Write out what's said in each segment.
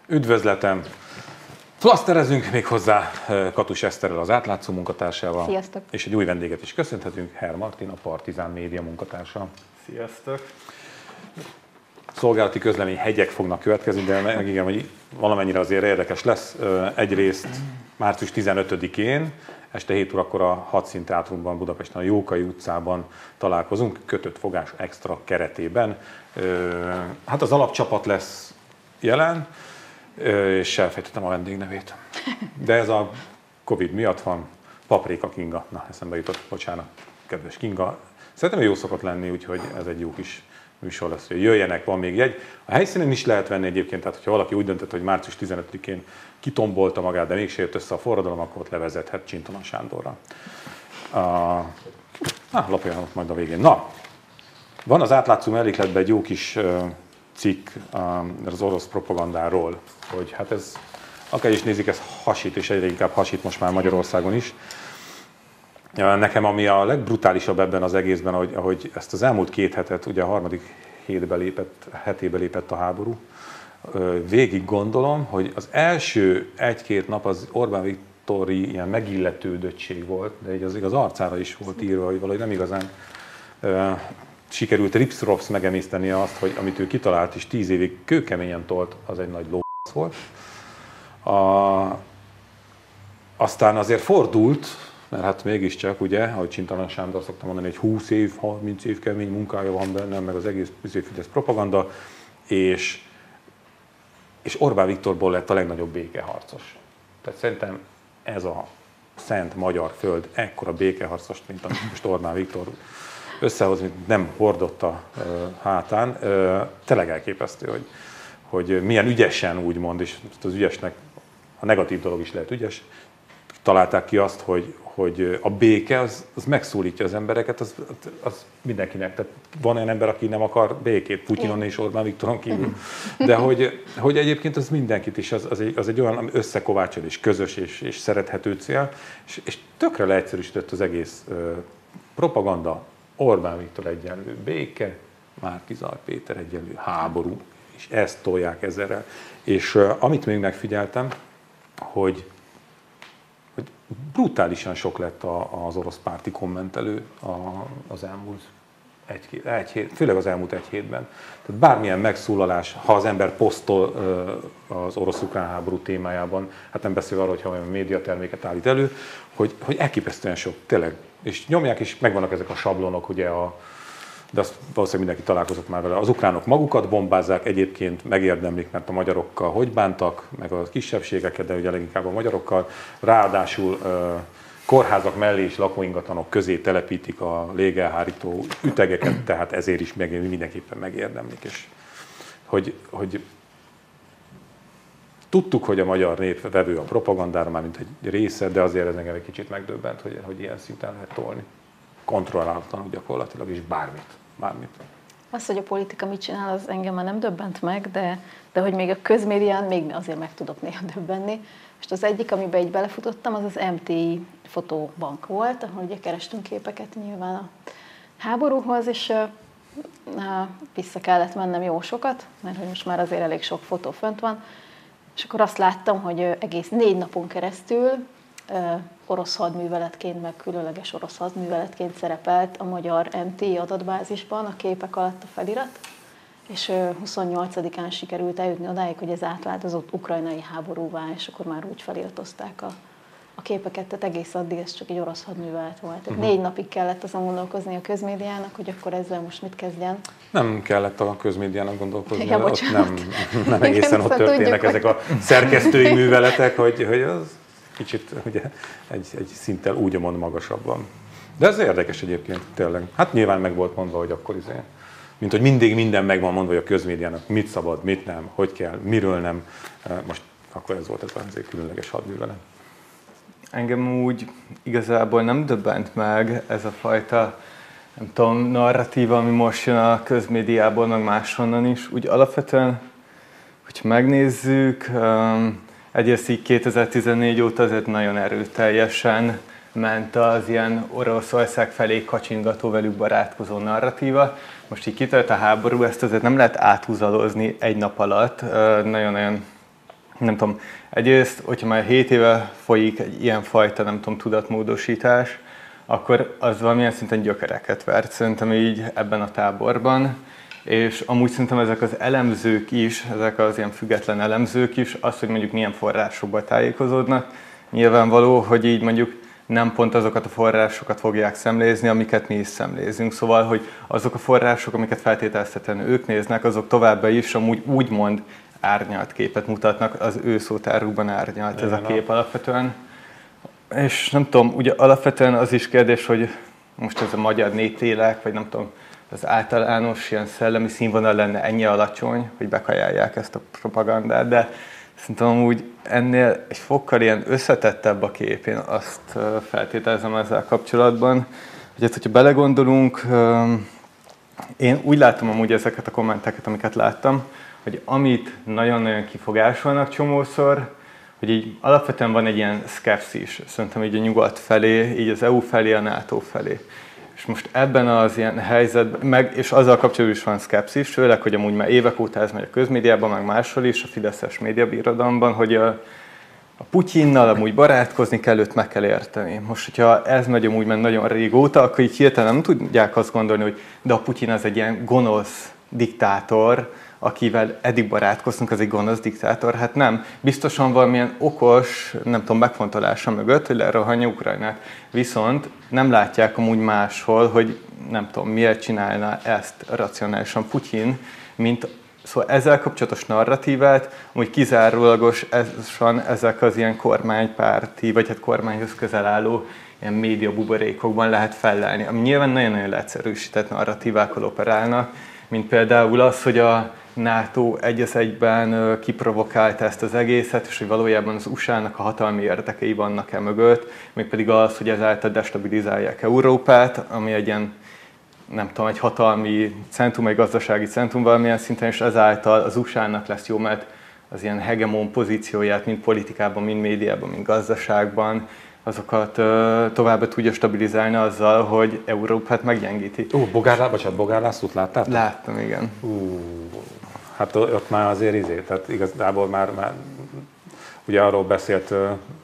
Üdvözletem! Flaszterezünk még hozzá Katus Eszterrel, az átlátszó munkatársával. Sziasztok! És egy új vendéget is köszönhetünk, Herr Martin, a Partizán Média munkatársa. Sziasztok! Szolgálati közlemény hegyek fognak következni, de megígérem, hogy valamennyire azért érdekes lesz. Egyrészt március 15-én, este 7 órakor a Hadszín Teátrumban, Budapesten, a Jókai utcában találkozunk, kötött fogás extra keretében. Hát az alapcsapat lesz jelen, és elfejtettem a vendég nevét. De ez a Covid miatt van. Paprika Kinga. Na, eszembe jutott, bocsánat, kedves Kinga. Szerintem jó szokott lenni, úgyhogy ez egy jó kis műsor lesz, hogy jöjjenek, van még jegy. A helyszínen is lehet venni egyébként, tehát hogyha valaki úgy döntött, hogy március 15-én kitombolta magát, de mégse jött össze a forradalom, akkor ott levezethet Csintalan Sándorra. Lapoljanak majd a végén. Na, van az átlátszó mellékletben egy jó kis cikk az orosz propagandáról, hogy hát ez, akár is nézik, ez hasít, és egyre inkább hasít most már Magyarországon is. Nekem ami a legbrutálisabb ebben az egészben, ahogy ezt az elmúlt 2 hetet, ugye a harmadik hetébe lépett a háború, végig gondolom, hogy az első 1-2 nap az Orbán Viktori ilyen megilletődöttség volt, de így az arcára is volt írva, hogy valahogy nem igazán sikerült rips-rops megemészteni azt, hogy amit ő kitalált és 10 évig kőkeményen tolt, az egy nagy lófasz volt. Aztán azért fordult, mert hát mégiscsak, ugye, ahogy Csintalan Sándor szokta mondani, hogy 20 év, 30 év kemény munkája van bennem, meg az egész Fidesz propaganda, és Orbán Viktorból lett a legnagyobb békeharcos. Tehát szerintem ez a szent magyar föld ekkora békeharcost, mint amit most Orbán Viktor összehozni, nem hordotta hátán. Tényleg elképesztő, hogy milyen ügyesen úgymond, és az ügyesnek a negatív dolog is lehet ügyes, találták ki azt, hogy a béke az megszólítja az embereket, az mindenkinek. Tehát van olyan ember, aki nem akar békét, Putyinon és Orbán Viktoron kívül. De hogy egyébként az mindenkit is, az egy olyan összekovácsol és közös és szerethető cél, és tökre leegyszerűsített az egész propaganda. Orbán Viktor egyenlő béke, Márki-Zay Péter egyenlő háború, és ezt tolják ezerrel. És amit még megfigyeltem, hogy brutálisan sok lett az orosz párti kommentelő az elmúlt egy hét, főleg az elmúlt 1 hétben. Tehát bármilyen megszólalás, ha az ember posztol az orosz-ukrán háború témájában, hát nem beszél arról, hogyha olyan médiaterméket állít elő, hogy elképesztően sok, tényleg. És nyomják is, megvannak ezek a sablonok, ugye de azt valószínűleg mindenki találkozott már vele. Az ukránok magukat bombázzák, egyébként megérdemlik, mert a magyarokkal hogy bántak, meg a kisebbségeket, de ugye leginkább a magyarokkal. Ráadásul kórházak mellé és lakóingatlanok közé telepítik a légelhárító ütegeket, tehát ezért is mindenképpen megérdemlik. És hogy tudtuk, hogy a magyar nép vevő a propagandára, már mint egy része, de azért ez engem egy kicsit megdöbbent, hogy ilyen szinten lehet tolni. Kontrollálatlanul gyakorlatilag is bármit. Az, hogy a politika mit csinál, az engem már nem döbbent meg, de hogy még a közmédián még azért meg tudok néha döbbenni. És az egyik, amiben így belefutottam, az MTI fotóbank volt, ahol ugye kerestünk képeket nyilván a háborúhoz, és vissza kellett mennem jó sokat, mert hogy most már azért elég sok fotó fönt van. És akkor azt láttam, hogy egész 4 napon keresztül orosz hadműveletként, meg különleges orosz hadműveletként szerepelt a magyar MTI adatbázisban a képek alatt a felirat, és 28-án sikerült eljutni odáig, hogy ez átváltozott ukrajnai háborúvá, és akkor már úgy feliratozták a képeket, tehát egész addig ez csak egy orosz hadművelet volt. Tehát 4 napig kellett azon gondolkozni a közmédiának, hogy ezzel most mit kezdjen. Nem kellett a közmédiának gondolkozni, Ja, ott nem egészen ott történnek ezek a szerkesztői műveletek, hogy az kicsit ugye, egy szinttel úgymond magasabban. De ez érdekes egyébként, tényleg. Hát nyilván meg volt mondva, hogy akkor mint hogy mindig minden meg van mondva, hogy a közmédiának mit szabad, mit nem, hogy kell, miről nem. Most akkor ez volt ez a különleges hadművelet. Engem úgy igazából nem döbbent meg ez a fajta, nem tudom, narratíva, ami most jön a közmédiából, meg máshonnan is. Úgy alapvetően, hogy megnézzük, egyrészt így 2014 óta azért nagyon erőteljesen ment az ilyen Oroszország felé kacsingató, velük barátkozó narratíva. Most így kitört a háború, ezt azért nem lehet áthúzalozni 1 nap alatt. Nagyon-nagyon Nem tudom, egyrészt, hogyha már 7 éve folyik egy ilyen fajta, nem tudom, tudatmódosítás, akkor az valamilyen szinten gyökereket vert szerintem így ebben a táborban, és amúgy szerintem ezek az elemzők is, ezek az ilyen független elemzők is, az, hogy mondjuk milyen forrásokból tájékozódnak, nyilvánvaló, hogy így mondjuk nem pont azokat a forrásokat fogják szemlézni, amiket mi is szemlézünk. Szóval, hogy azok a források, amiket feltételezhetően ők néznek, azok továbbá is amúgy úgymond árnyalt képet mutatnak, az ő szótárukban árnyalt ez a kép alapvetően. És nem tudom, ugye alapvetően az is kérdés, hogy most ez a magyar néptélek, vagy nem tudom, az általános ilyen szellemi színvonal lenne ennyi alacsony, hogy bekajálják ezt a propagandát, de szerintem amúgy ennél egy fokkal ilyen összetettebb a kép, én azt feltételezem ezzel kapcsolatban. Ugye, hogyha belegondolunk, én úgy látom amúgy ezeket a kommenteket, amiket láttam, hogy amit nagyon-nagyon kifogásolnak csomószor, hogy így alapvetően van egy ilyen szkepszis, szerintem így a nyugat felé, így az EU felé, a NATO felé. És most ebben az ilyen helyzetben, és azzal kapcsolatban is van szkepszis, főleg, hogy amúgy már évek óta ez megy a közmédiában, meg máshol is, a fideszes médiabirodalomban, hogy a Putyinnal amúgy barátkozni kell, őt meg kell érteni. Most, hogyha ez megy amúgy már nagyon régóta, akkor így hirtelen nem tudják azt gondolni, hogy de a Putyin az egy ilyen gonosz diktátor, akivel eddig barátkoztunk, az egy gonosz diktátor. Hát nem. Biztosan valamilyen okos, nem tudom, megfontolása mögött, hogy lerohanja Ukrajnát. Viszont nem látják amúgy máshol, hogy nem tudom, miért csinálna ezt racionálisan Putyin, mint szóval ezzel kapcsolatos narratívát, amúgy kizárólagosan ezek az ilyen kormánypárti, vagy hát kormányhoz közel álló ilyen média buborékokban lehet fellelni, ami nyilván nagyon-nagyon leegyszerűsített narratívákkal operálnak, mint például az, hogy a NATO egy az egyben kiprovokálta ezt az egészet, és hogy valójában az USA-nak a hatalmi érdekei vannak mögött, mégpedig az, hogy ezáltal destabilizálják Európát, ami egy ilyen, nem tudom, egy hatalmi centrum, egy gazdasági centrum valamilyen szinten, és ezáltal az USA-nak lesz jó, mert az ilyen hegemon pozícióját, mind politikában, mind médiában, mind gazdaságban, azokat tovább tudja stabilizálni azzal, hogy Európát meggyengíti. Bogár Lászlót láttátok? Láttam, igen. Hát ott már azért tehát igazából már ugye arról beszélt,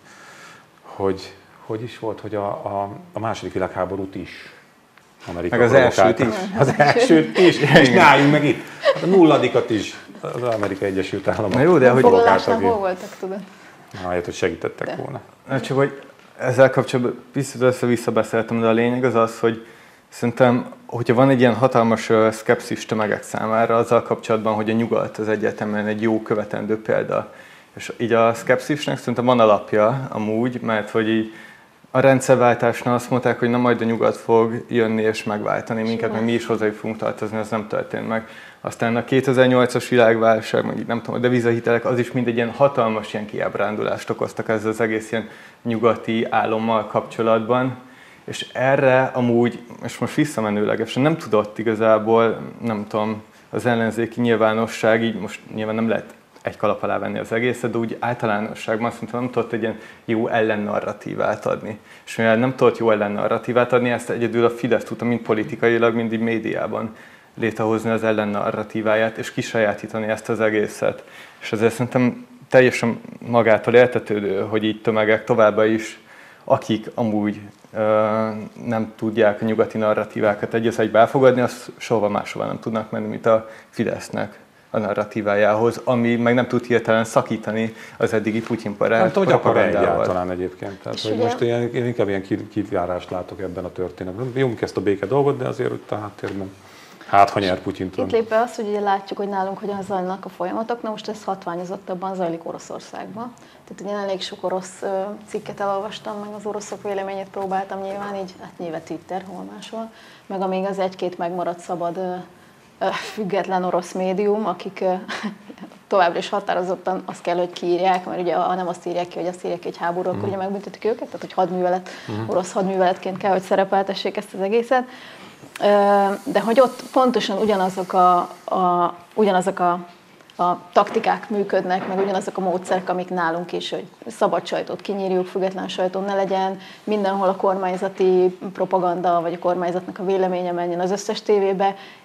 hogy is volt, hogy a második világháborút is Amerika meg az elsőt is. Az elsőt is, és nálunk meg itt. Hát a nulladikat is az Amerikai Egyesült Államok. Na jó, de hogy foglalásnál hol voltak, tudod? Ahelyett, hogy segítettek volna. Csak hogy ezzel kapcsolatban visszabeszéltem, de a lényeg az az, hogy szerintem, hogyha van egy ilyen hatalmas szkepszis tömegek számára, azzal kapcsolatban, hogy a nyugat az egyértelműen egy jó követendő példa. És így a szkepszisnek szerintem van alapja amúgy, mert hogy így a rendszerváltásnál azt mondták, hogy na majd a nyugat fog jönni és megváltani minket, meg mi is hozzájuk fogunk tartozni, ez nem történt meg. Aztán a 2008-as világválság, meg nem tudom, a devizahitelek, az is mind egy ilyen hatalmas ilyen kiábrándulást okoztak ezzel az egész ilyen nyugati álommal kapcsolatban. És erre amúgy, és most visszamenőlegesen nem tudott igazából, nem tudom, az ellenzéki nyilvánosság, így most nyilván nem lehet egy kalap alá venni az egészet, de úgy általánosságban szerintem nem tudott egy ilyen jó ellennarratívát adni. És mivel nem tudott jó ellennarratívát adni, ezt egyedül a Fidesz tudta mind politikailag, mind így médiában létrehozni az ellennarratíváját, és kisajátítani ezt az egészet. És ezért szerintem teljesen magától értetődő, hogy így tömegek továbbá is, akik amúgy nem tudják a nyugati narratívákat egy az egybe elfogadni, azt soha máshova nem tudnak menni, mint a Fidesznek a narratívájához, ami meg nem tud hirtelen szakítani az eddigi Putyin-barát propagandával. Egyáltalán egyébként. Tehát, hogy most én inkább ilyen kivárást látok ebben a történetben. Jónk ezt a béke dolgot, de azért ott a háttérben. Hát, ha nyer Putyintól. Itt lép be az, hogy ugye látjuk, hogy nálunk hogyan zajlanak a folyamatok, na most ez hatványozottabban zajlik Oroszországban. Tehát ugye elég sok orosz cikket elolvastam, meg az oroszok véleményét próbáltam nyilván, így hát nyilván Twitter, hol máshol, meg amíg az egy-két megmaradt szabad független orosz médium, akik továbbra is határozottan azt kell, hogy kiírják, mert ugye ha nem azt írják ki, hogy azt írják ki egy háború, akkor ugye megbüntetik őket, tehát hogy hadművelet, orosz hadműveletként kell, hogy szerepeltessék ezt az egészet. De hogy ott pontosan ugyanazok a taktikák működnek, meg ugyanazok a módszerek, amik nálunk is, hogy szabad sajtót kinyírjuk, független sajtó ne legyen, mindenhol a kormányzati propaganda, vagy a kormányzatnak a véleménye menjen az összes tévébe,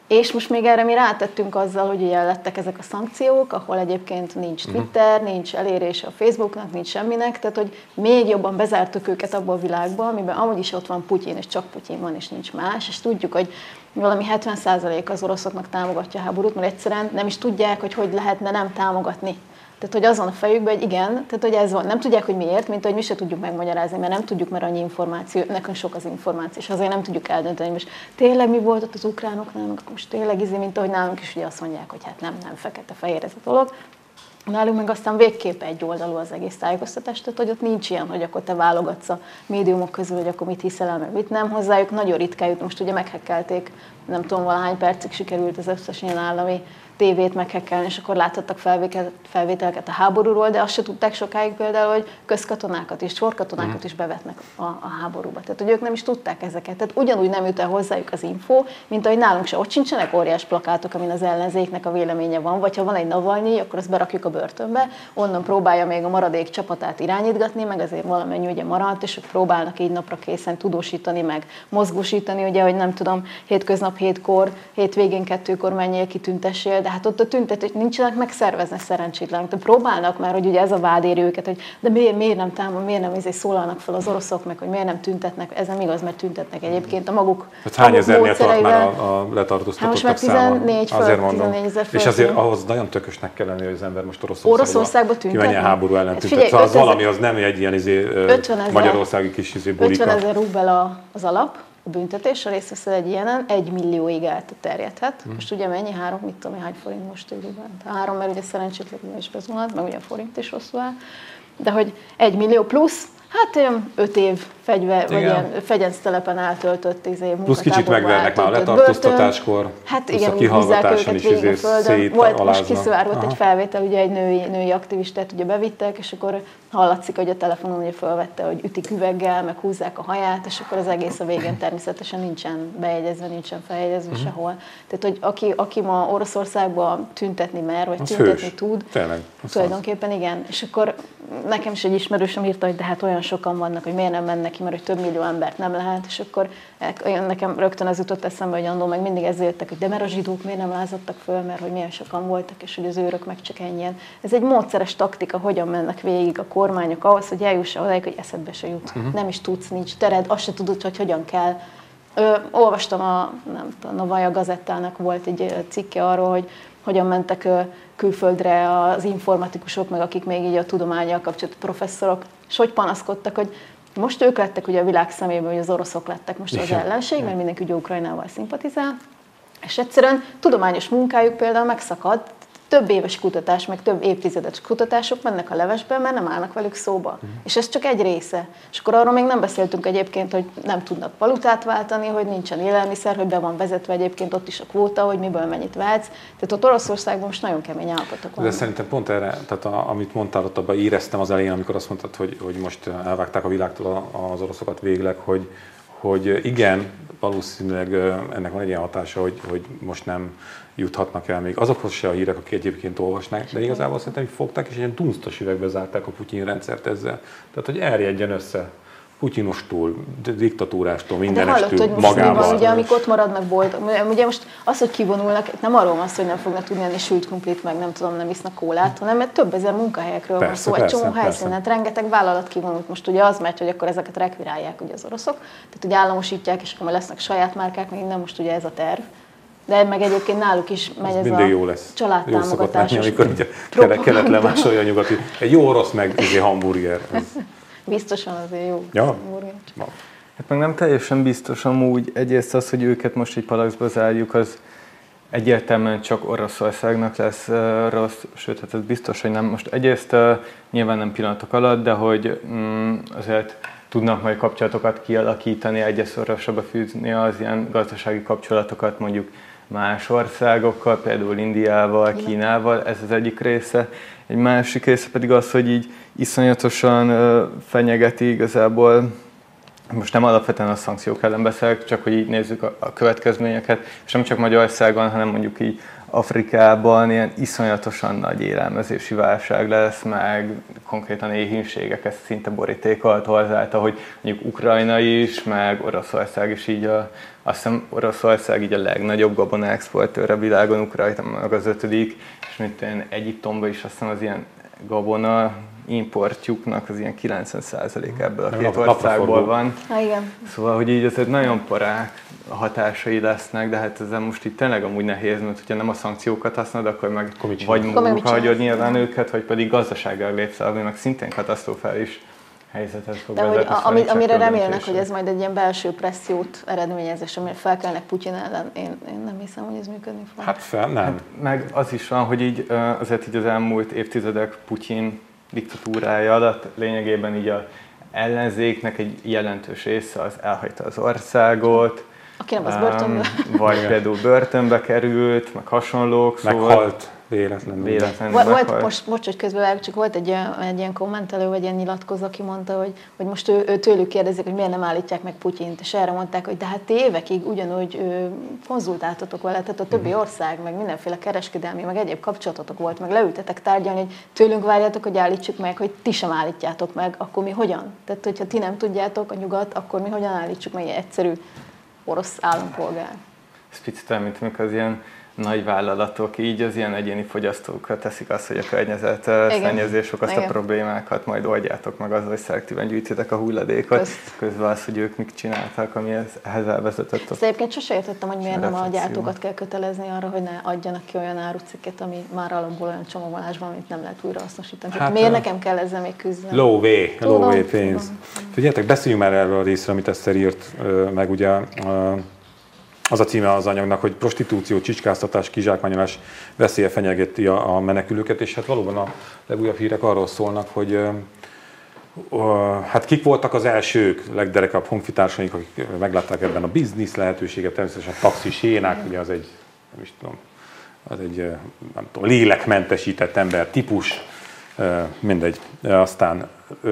És most még erre mi rátettünk azzal, hogy ugye lettek ezek a szankciók, ahol egyébként nincs Twitter, nincs elérése a Facebooknak, nincs semminek, tehát hogy még jobban bezártuk őket abba a világba, amiben amúgy is ott van Putyin, és csak Putyin van, és nincs más, és tudjuk, hogy valami 70% az oroszoknak támogatja a háborút, mert egyszerűen nem is tudják, hogy lehetne nem támogatni. Tehát, hogy azon a fejükben, hogy igen, tehát, hogy ez van. Nem tudják, hogy miért, mint hogy mi se tudjuk megmagyarázni, mert nem tudjuk, mert annyi információ, nekünk sok az információ, és azért nem tudjuk eldönteni, most tényleg mi volt ott az ukránoknál, meg most tényleg mint ahogy nálunk is ugye azt mondják, hogy hát nem fekete-fehér ez a dolog. Nálunk meg aztán végképp egy oldalú az egész tájékoztatás, tehát hogy ott nincs ilyen, hogy akkor te válogatsz a médiumok közül, hogy akkor mit hiszel el, meg mit nem. Hozzájuk nagyon ritkán jut, most ugye meghekkelték, nem tudom, valahány percig sikerült az összes ilyen állami tévét meghekkelni, és akkor láthattak felvételeket a háborúról, de azt se tudták sokáig például, hogy közkatonákat és sorkatonákat is bevetnek a háborúba. Tehát, hogy ők nem is tudták ezeket. Tehát ugyanúgy nem jut el hozzájuk az info, mint ahogy nálunk se. Ott sincsenek óriás plakátok, amin az ellenzéknek a véleménye van, vagy ha van egy Navalnyi, akkor azt berakjuk a börtönbe, onnan próbálja még a maradék csapatát irányítgatni, meg azért valamennyi ugye maradt, és ők próbálnak így napra készen tudósítani, meg mozgósítani, ugye, hogy nem tudom, hétköznap 7-kor, hétvégén 2-kor menjél ki, tüntessél, de hát ott a tüntetők nincsenek megszervezve szerencsétlenek. De próbálnak már, hogy ugye ez a vád éri őket, hogy de miért nem támad, miért nem szólalnak fel az oroszok, meg hogy miért nem tüntetnek. Ez nem igaz, mert tüntetnek egyébként a maguk hány ezernél tart már a letartóztatottak száma? 14 ezer És azért ahhoz nagyon tökösnek kell lenni, hogy az ember most Oroszországba kimenjen háború ellen tüntet. Szóval az valami, az nem egy ilyen magyarországi kis bulika. 50 000 rubel az alap, a büntetés, a részt veszel egy ilyenen, 1 millióig elterjedhet. Most ugye mennyi? 3, mit tudom, hány forint most időben? 3, mert ugye szerencsétlenül is bezulant, meg ugye a forint is rosszul áll. De hogy 1 millió plusz, hát olyan 5 év vagy ilyen fegyenctelepen eltöltött munkatáborban. Plusz kicsit megvernek már a letartóztatáskor, hát igen, a kihallgatáson is volt most kiszivárgott egy felvétel, ugye egy női aktivistát ugye bevittek, és akkor hallatszik, hogy a telefonon ugye felvette, hogy ütik üveggel, meg húzzák a haját, és akkor az egész a végén természetesen nincsen bejegyezve, nincsen feljegyezve sehol. Tehát, hogy aki ma Oroszországban tüntetni mer, vagy tüntetni tud, tulajdonképpen igen. És akkor nekem is egy ismerősöm írta, hogy de hát olyan sokan vannak, hogy miért nem mennek ki, mert hogy több millió embert nem lehet, és akkor nekem rögtön ez jutott eszembe, hogy annól meg mindig ezzel jöttek, hogy de mert a zsidók miért nem lázadtak föl, mert hogy milyen sokan voltak, és hogy az őrök meg csak ennyien. Ez egy módszeres taktika, hogyan mennek végig a kormányok ahhoz, hogy eljuss odáig, hogy eszedbe se jut. Nem is tudsz, nincs tered, azt se tudod, hogy hogyan kell. Olvastam a Novaja Gazettának volt egy cikke arról, hogy hogyan mentek külföldre az informatikusok, meg akik még így a tudománnyal kapcsolatos professzorok, és hogy panaszkodtak, hogy most ők lettek ugye a világ szemében, hogy az oroszok lettek most az ellenség, mert mindenki ugye Ukrajnával szimpatizál, és egyszerűen tudományos munkájuk például megszakad, több éves kutatás, meg több évtizedes kutatások mennek a levesbe, mert nem állnak velük szóba. És ez csak egy része. És akkor arról még nem beszéltünk egyébként, hogy nem tudnak valutát váltani, hogy nincsen élelmiszer, hogy be van vezetve egyébként ott is a kvóta, hogy miből mennyit vehetsz. Tehát ott Oroszországban most nagyon kemény állapotok vannak. De szerintem pont erre, tehát amit mondtál, ott abban éreztem az elején, amikor azt mondtad, hogy most elvágták a világtól az oroszokat végleg, hogy igen, valószínűleg ennek van egy ilyen hatása, hogy most nem juthatnak el még azokhoz se a hírek, akik egyébként olvasnák, de igazából szerintem fogták és ilyen dunsztos üvegbe zárták a Putyin rendszert ezzel. Tehát, hogy erjedjen össze Putyinostól, diktatúrástól, mindenestől magával. Van, ugye, amik ott maradnak boldog. Ugye most az, hogy kivonulnak, nem arról van szó, hogy nem fognak tudni enni sült krumplit, meg nem tudom, nem isznak kólát, hanem mert több ezer munkahelyekről van szó, egy csomó helyszínen, rengeteg vállalat kivonult. Most ugye az megy, hogy akkor ezeket rekvirálják ugye az oroszok, tehát ugye államosítják, és akkor lesznek saját márkák, meg innen most ugye ez a terv. De meg egyébként náluk is megy ez a családtámogatásos. Amikor kelet lemásolja a nyugati. Egy jó orosz meg hamburger. Biztosan azért jó. Ja. Hát meg nem teljesen biztos amúgy. Egyrészt az, hogy őket most egy palackba zárjuk, az egyértelműen csak Oroszországnak lesz rossz, sőt, hát ez biztos, hogy nem. Most egyrészt nyilván nem pillanatok alatt, de hogy azért tudnak majd kapcsolatokat kialakítani, egyre szorosabbra fűzni az ilyen gazdasági kapcsolatokat mondjuk más országokkal, például Indiával, Kínával, ez az egyik része. Egy másik része pedig az, hogy így iszonyatosan fenyegeti igazából, most nem alapvetően a szankciók ellen beszélek, csak hogy így nézzük a következményeket, és nem csak Magyarországon, hanem mondjuk így Afrikában ilyen iszonyatosan nagy élelmezési válság lesz, meg konkrétan éhínségek, ezt szinte borítékolta azáltal, hogy mondjuk Ukrajna is, meg Oroszország is így azt hiszem Oroszország így a legnagyobb gabona exportőr a világon, Ukrajna meg az 5., és mint Egyiptomban is azt hiszem az ilyen gabona importjuknak az ilyen 90% ebből a két országból van. Igen. Szóval, hogy így azért nagyon parák hatásai lesznek, de hát ezzel most itt tényleg amúgy nehéz, mert hogyha nem a szankciókat használod, akkor meg vagy munkahol hagyod nyilván őket, vagy pedig gazdasággal lépsz, ami meg szintén katasztrofális helyzetet fog vezetni. De amire remélnek, hogy ez majd egy ilyen belső pressziót eredményez, és amire felkelnek Putyin ellen, én nem hiszem, hogy ez működni fog. Hát nem. Hát, meg az is van, hogy így azért így az elmúlt évtizedek Putyin diktatúrája alatt lényegében így a ellenzéknek egy jelentős része az elhagyta az országot. Aki nem az börtönbe. Vagy például börtönbe került, meg hasonlók. Meghalt véletlenül. Volt, most, hogy közben csak volt egy ilyen kommentelő, vagy ilyen nyilatkozó, aki mondta, hogy most ő tőlük kérdezik, hogy miért nem állítják meg Putyint, és erre mondták, hogy de hát ti évekig ugyanúgy konzultáltatok vele, tehát a többi ország, meg mindenféle kereskedelmi, meg egyéb kapcsolatotok volt, meg leültetek tárgyalni, hogy tőlünk várjátok, hogy állítsuk meg, hogy ti sem állítjátok meg, akkor mi hogyan? Tehát, hogyha ti nem tudjátok a nyugat, akkor mi hogyan állítsuk meg egy egyszerű orosz állampolgár? Ez picit olyan, mint amikor az ilyen nagy vállalatok így az ilyen egyéni fogyasztókra teszik azt, hogy a környezetszennyezés okozta problémákat majd oldjátok meg azzal, hogy szelektíven gyűjtitek a hulladékot. Közben az, hogy ők mit csináltak, ami ehhez elvezetett. Ezt egyébként sose értettem, hogy miért nem a gyártókat kell kötelezni arra, hogy ne adjanak ki olyan árucikket, ami már alapból olyan csomagolásban, amit nem lehet újrahasznosítani. Hát, miért nekem kell ezzel még küzdeni? Low-way pénz. Figyeljetek, beszéljünk már erről a részre, amit Eszter írt, meg ugye az a címe az anyagnak, hogy prostitúció, csicskáztatás, kizsákmányolás veszélye fenyegeti a menekülőket, és hát valóban a legújabb hírek arról szólnak, hogy hát kik voltak az elsők, legderekabb honfitársaink, akik meglátták ebben a biznisz lehetőséget, természetesen taxis hénák, ugye az egy, nem is tudom, az egy, nem tudom, lélekmentesített ember típus, mindegy. Aztán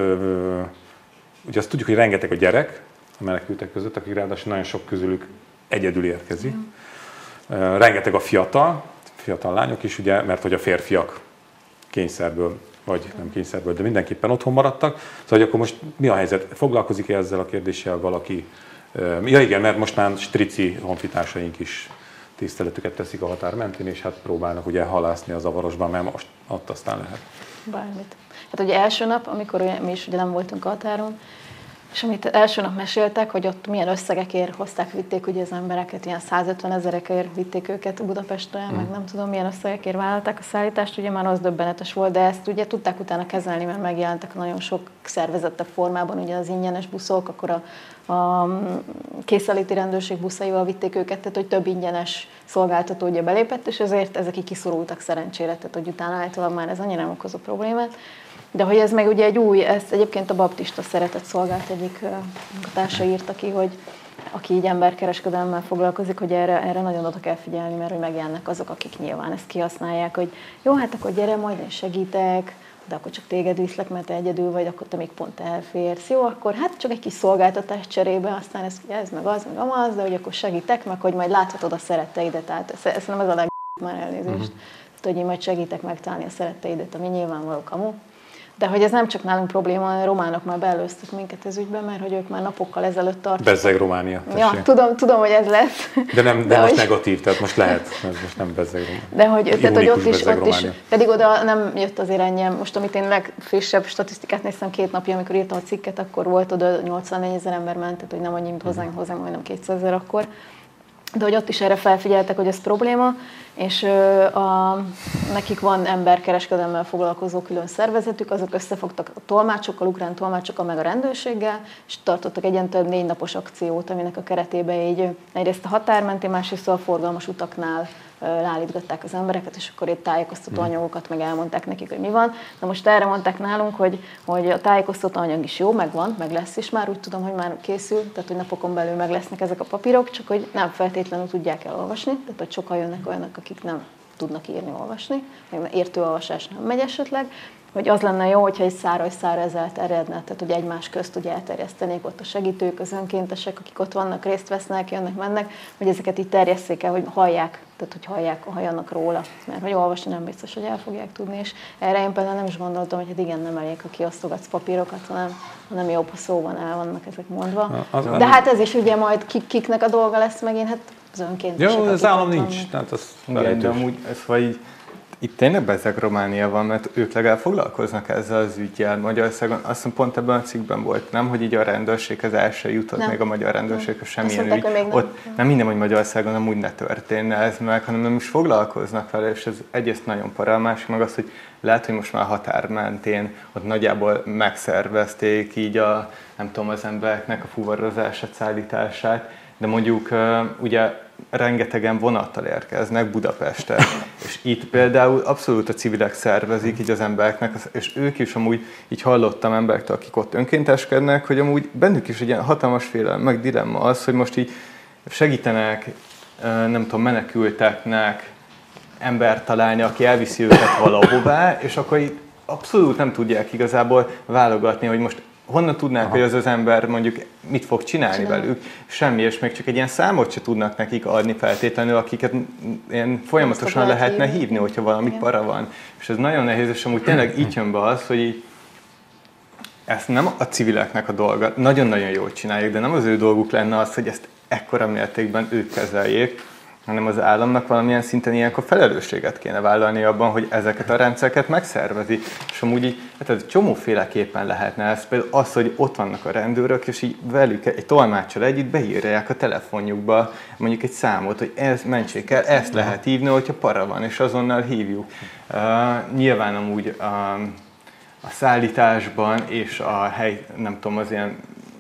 ugye azt tudjuk, hogy rengeteg a gyerek a menekültek között, akik ráadásul nagyon sok közülük egyedül érkezik. Rengeteg a fiatal lányok is, ugye, mert hogy a férfiak kényszerből, vagy nem kényszerből, de mindenképpen otthon maradtak. Szóval, hogy akkor most mi a helyzet? Foglalkozik-e ezzel a kérdéssel valaki? Ja igen, mert most már strici honfitársaink is tiszteletüket teszik a határ mentén, és hát próbálnak ugye halászni a zavarosban, mert most ott aztán lehet. Bármit. Hát ugye első nap, amikor mi is ugye nem voltunk a határon, és amit első nap meséltek, hogy ott milyen összegekért vitték ugye az embereket, ilyen 150 000-ekért vitték őket Budapestre, meg nem tudom milyen összegekért vállalták a szállítást, ugye már az döbbenetes volt, de ezt ugye tudták utána kezelni, mert megjelentek nagyon sok szervezettebb formában ugye az ingyenes buszok, akkor a készenléti rendőrség buszaival vitték őket, tehát hogy több ingyenes szolgáltató ugye belépett, és ezért ezek így kiszorultak szerencsére, tehát hogy utána általában már ez annyira nem okoz a problémát. De hogy ez meg ugye egy új, ezt egyébként a baptista szeretett szolgált egyik munkatársa írta ki, hogy aki így emberkereskedelemmel foglalkozik, hogy erre nagyon oda kell figyelni, mert hogy megjelennek azok, akik nyilván ezt kihasználják, hogy jó, hát akkor gyere, majd én segítek, de akkor csak téged viszlek, mert te egyedül vagy, akkor te még pont elférsz. Jó, akkor hát csak egy kis szolgáltatás cserébe, aztán ez meg az, meg amaz, de hogy akkor segítek, meg hogy majd láthatod a szeretteidet. Tehát ez nem ez a már elnézést. Tehát, hogy én majd segítek megtalálni a szeretteidet, ami nyilvánvaló kamu. De hogy ez nem csak nálunk probléma, a románok már beelőztek minket ez ügyben, mert hogy ők már napokkal ezelőtt tartottak. Bezzeg Románia. Ja, tudom, hogy ez lesz. De most hogy... negatív, tehát most lehet, ez most nem bezzeg Románia. De hogy ott is, pedig oda nem jött azért ennyi. Most, amit én legfrissebb statisztikát néztem 2 napja, amikor írtam a cikket, akkor volt oda 84 000 ember ment, tehát hogy nem annyi, mint hozzánk majdnem 200 000 akkor. De hogy ott is erre felfigyeltek, hogy ez probléma, és nekik van emberkereskedelemmel foglalkozó külön szervezetük, azok összefogtak a tolmácsokkal, ukrán tolmácsokkal, meg a rendőrséggel, és tartottak egy ilyen több 4 napos akciót, aminek a keretében így egyrészt a határ mentén, másrészt a forgalmas utaknál állítgatták az embereket, és akkor itt tájékoztató anyagokat meg elmondták nekik, hogy mi van. Na most erre mondták nálunk, hogy a tájékoztató anyag is jó, megvan, meg lesz is már, úgy tudom, hogy már készül, tehát hogy napokon belül meg lesznek ezek a papírok, csak hogy nem feltétlenül tudják elolvasni, tehát hogy sokan jönnek olyanok, akik nem tudnak írni, olvasni, meg értőolvasás nem megy esetleg, hogy az lenne jó, hogyha egy szára ez elterjedne, tehát hogy egymás közt ugye elterjesztenék ott a segítők, az önkéntesek, akik ott vannak, részt vesznek, jönnek, mennek, hogy ezeket így terjesszék el, hogy hallják, tehát hogy halljanak róla, mert hogy olvasni nem biztos, hogy el fogják tudni, és erre én például nem is gondoltam, hogy hát igen, nem elég, ha kiosztogatsz papírokat, hanem jobb, ha szóban el vannak ezek mondva. De hát ez is ugye majd kiknek a dolga lesz megint, hát az önkéntesek. Jó, az állam nincs, tehát az de amúgy ez vagy itt tényleg bezeg Románia van, mert ők legalább foglalkoznak ezzel az üggyel Magyarországon. Azt hiszem pont ebben a cikkben volt, nem, hogy így a rendőrséghez el se jutott még a magyar rendőrséghez semmilyen ügy. Ott nem minden, hogy Magyarországon amúgy ne történne ez meg, hanem nem is foglalkoznak vele, és ez egyrészt nagyon para, a másik meg az, hogy lehet, hogy most már határ mentén ott nagyjából megszervezték így nem tudom, az embereknek a fuvarozását, szállítását, de mondjuk ugye rengetegen vonattal érkeznek Budapestre, és itt például abszolút a civilek szervezik így az embereknek, és ők is amúgy így hallottam emberektől, akik ott önkénteskednek, hogy amúgy bennük is egy ilyen hatalmas félelem, meg dilemma az, hogy most így segítenek, nem tudom, menekülteknek embert találni, aki elviszi őket valahová, és akkor így abszolút nem tudják igazából válogatni, hogy most honnan tudnák, hogy az ember mondjuk mit fog csinálni velük? Semmi, és még csak egy ilyen számot se tudnak nekik adni feltétlenül, akiket ilyen folyamatosan lehetne hívni, hogyha valami para van. És ez nagyon nehéz, és amúgy tényleg így jön be az, hogy így ezt nem a civileknek a dolga, nagyon-nagyon jól csinálják, de nem az ő dolguk lenne az, hogy ezt ekkora mértékben ők kezeljék, hanem az államnak valamilyen szinten ilyenkor felelősséget kéne vállalni abban, hogy ezeket a rendszereket megszervezi. És amúgy így, hát ez csomóféleképpen lehetne ez. Például az, hogy ott vannak a rendőrök, és így velük egy tolmáccsal együtt beírják a telefonjukba mondjuk egy számot, hogy ezt mentsék el, ezt lehet hívni, hogyha para van, és azonnal hívjuk. Nyilván amúgy a szállításban és a hely, nem tudom, az ilyen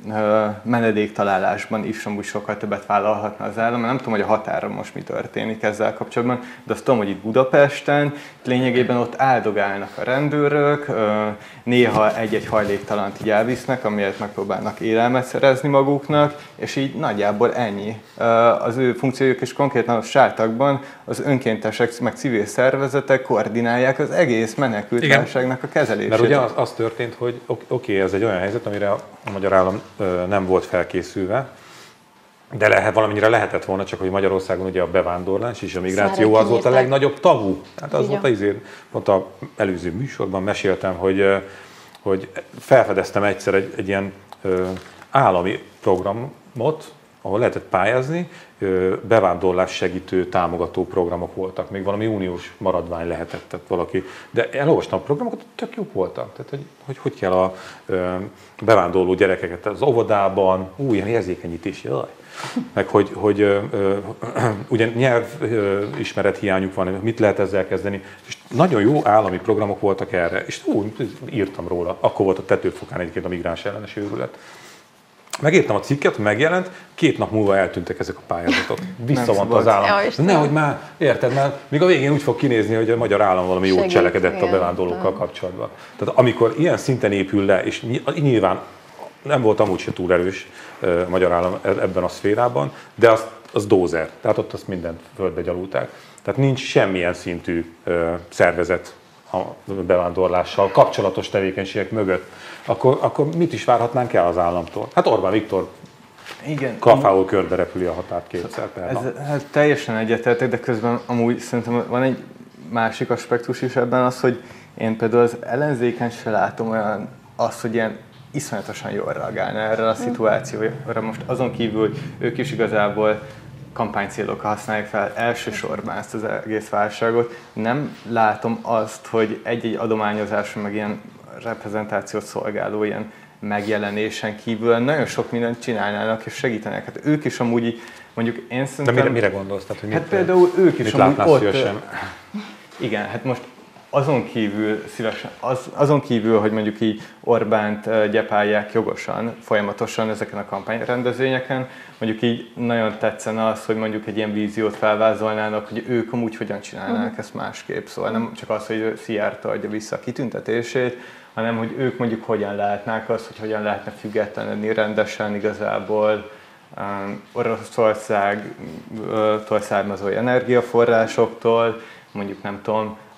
menedéktalálásban is amúgy sokkal többet vállalhatna az állam. Nem tudom, hogy a határon most mi történik ezzel kapcsolatban, de azt tudom, hogy itt Budapesten lényegében ott áldogálnak a rendőrök, néha egy-egy hajléktalant így elvisznek, amiért megpróbálnak élelmet szerezni maguknak, és így nagyjából ennyi. Az ő funkciójuk is konkrétan a sártakban az önkéntesek, meg civil szervezetek koordinálják az egész menekültválságnak a kezelését. Mert ugye az történt, hogy oké, ez egy olyan helyzet, amire a magyar állam nem volt felkészülve, de valamennyire lehetett volna, csak hogy Magyarországon ugye a bevándorlás és a migráció az volt a legnagyobb tabu. Hát az volt pont az előző műsorban meséltem, hogy felfedeztem egyszer egy ilyen állami programot, ahol lehetett pályázni, bevándorlás segítő, támogató programok voltak, még valami uniós maradvány lehetett, tehát valaki. De elolvastam a programokat, tök jók voltak. Tehát, hogy kell a bevándorló gyerekeket az óvodában, ilyen érzékenyítés, jaj. Meg hogy ugye nyelvismeret hiányuk van, mit lehet ezzel kezdeni. És nagyon jó állami programok voltak erre, és írtam róla. Akkor volt a Tetőfokán egyébként a migráns ellenes őrület. Megírtam a cikket, megjelent, 2 nap múlva eltűntek ezek a pályázatok. Visszavonta az állam. Nehogy már, érted, mert még a végén úgy fog kinézni, hogy a magyar állam valami jót cselekedett a bevándorlókkal kapcsolatban. Tehát amikor ilyen szinten épül le, és nyilván nem volt amúgy se túl erős a magyar állam ebben a szférában, de az dózer, tehát ott azt mindent földbe gyalulták. Tehát nincs semmilyen szintű szervezet a bevándorlással kapcsolatos tevékenységek mögött. Akkor mit is várhatnánk el az államtól? Hát Orbán Viktor kafául körbe repüli a határt 2-szer per nap. Ez teljesen egyetértek, de közben amúgy szerintem van egy másik aspektus is ebben az, hogy én például az ellenzéken se látom olyan azt, hogy ilyen iszonyatosan jól reagálna erre a szituációra. Most azon kívül ők is igazából kampánycélokra használják fel elsősorban ezt az egész válságot. Nem látom azt, hogy egy-egy adományozáson, meg ilyen reprezentációt szolgáló ilyen megjelenésen kívül nagyon sok mindent csinálnának és segítenek. Hát ők is amúgy, mondjuk én szerintem... De mire gondolsz? Tehát, hogy hát például ők is amúgy ott... Igen, hát most azon kívül, hogy mondjuk így Orbánt gyepálják jogosan, folyamatosan ezeken a kampányrendezvényeken, mondjuk így nagyon tetszene az, hogy mondjuk egy ilyen víziót felvázolnának, hogy ők amúgy hogyan csinálnák ezt másképp. Szóval nem csak az, hogy Szijjártó adja vissza a kitüntetését, hanem hogy ők mondjuk hogyan látnák azt, hogy hogyan lehetne függetlenedni rendesen igazából Oroszországtól származó energiaforrásoktól, mondjuk nem tudom,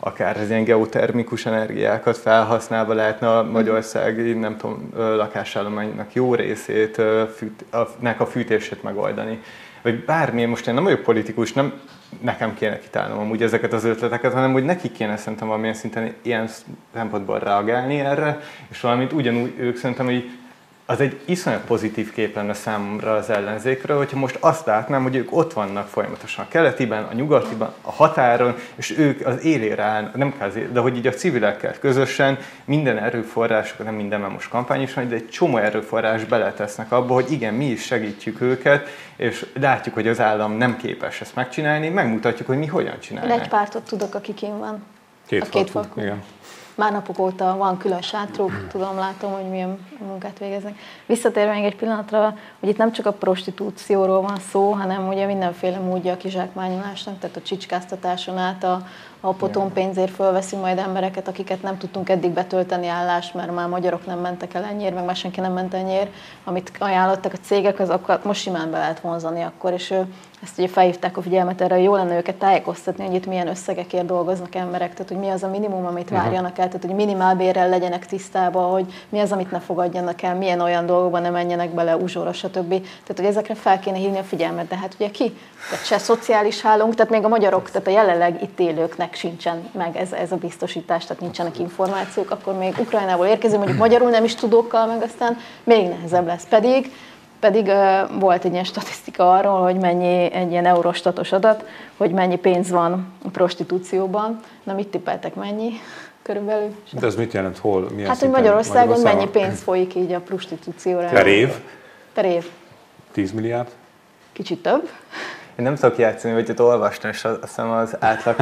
akár az ilyen geotermikus energiákat felhasználva lehetne a magyarországi, nem tudom, lakásállománynak jó részét, nek a fűtését megoldani. Vagy bármi, most én nem vagyok politikus, nem nekem kéne kitálnom amúgy ezeket az ötleteket, hanem hogy nekik kéne szerintem valamilyen szinten ilyen szempontból reagálni erre, és valamint ugyanúgy ők szerintem, hogy az egy iszonyat pozitív kép lenne számomra az ellenzékről, hogyha most azt látnám, hogy ők ott vannak folyamatosan a keletiben, a nyugatiban, a határon, és ők az élére állnak, nem kell de hogy így a civilekkel közösen minden erőforrásokat, nem minden, mert most kampány is van, de egy csomó erőforrás beletesznek abba, hogy igen, mi is segítjük őket, és látjuk, hogy az állam nem képes ezt megcsinálni, megmutatjuk, hogy mi hogyan csinálják. Egy pártot tudok, aki kint van. Két falkú. Igen. Már napok óta van külön sátruk, látom, hogy milyen munkát végeznek. Visszatérve még egy pillanatra, hogy itt nem csak a prostitúcióról van szó, hanem ugye mindenféle módja a kizsákmányolásnak, tehát a csicskáztatáson át a potonpénzért fölveszi majd embereket, akiket nem tudtunk eddig betölteni állást, mert már magyarok nem mentek el ennyiért, meg már senki nem ment ennyiért, amit ajánlottak a cégek, azokat most simán be lehet vonzani akkor, és ezt ugye felhívták a figyelmet erre, hogy jó lenne őket tájékoztatni, hogy itt milyen összegekért dolgoznak emberek, tehát hogy mi az a minimum, amit várjanak el, tehát hogy minimálbérrel legyenek tisztában, hogy mi az, amit ne fogadjanak el, milyen olyan dolgokban ne menjenek bele, uzsora, stb. Tehát, hogy ezekre fel kéne hívni a figyelmet, de hát ugye ki? Tehát se szociális hálónk, tehát még a magyarok, tehát a jelenleg itt élőknek sincsen meg ez a biztosítás, tehát nincsenek információk, akkor még Ukrajnából érkező, mondjuk magyarul nem is tudókkal, meg aztán még nehezebb lesz. Pedig volt egy ilyen statisztika arról, hogy mennyi, egy ilyen eurostatos adat, hogy mennyi pénz van a prostitúcióban. Na, mit tippeltek, mennyi körülbelül? De ez mit jelent? Hol? Milyen hát, hogy Magyarországon mennyi pénz folyik így a prostitúcióra? Per év? Per év. 10 milliárd? Kicsit több. Én nem tudok játszani, hogy itt olvastam, és azt hiszem az átlag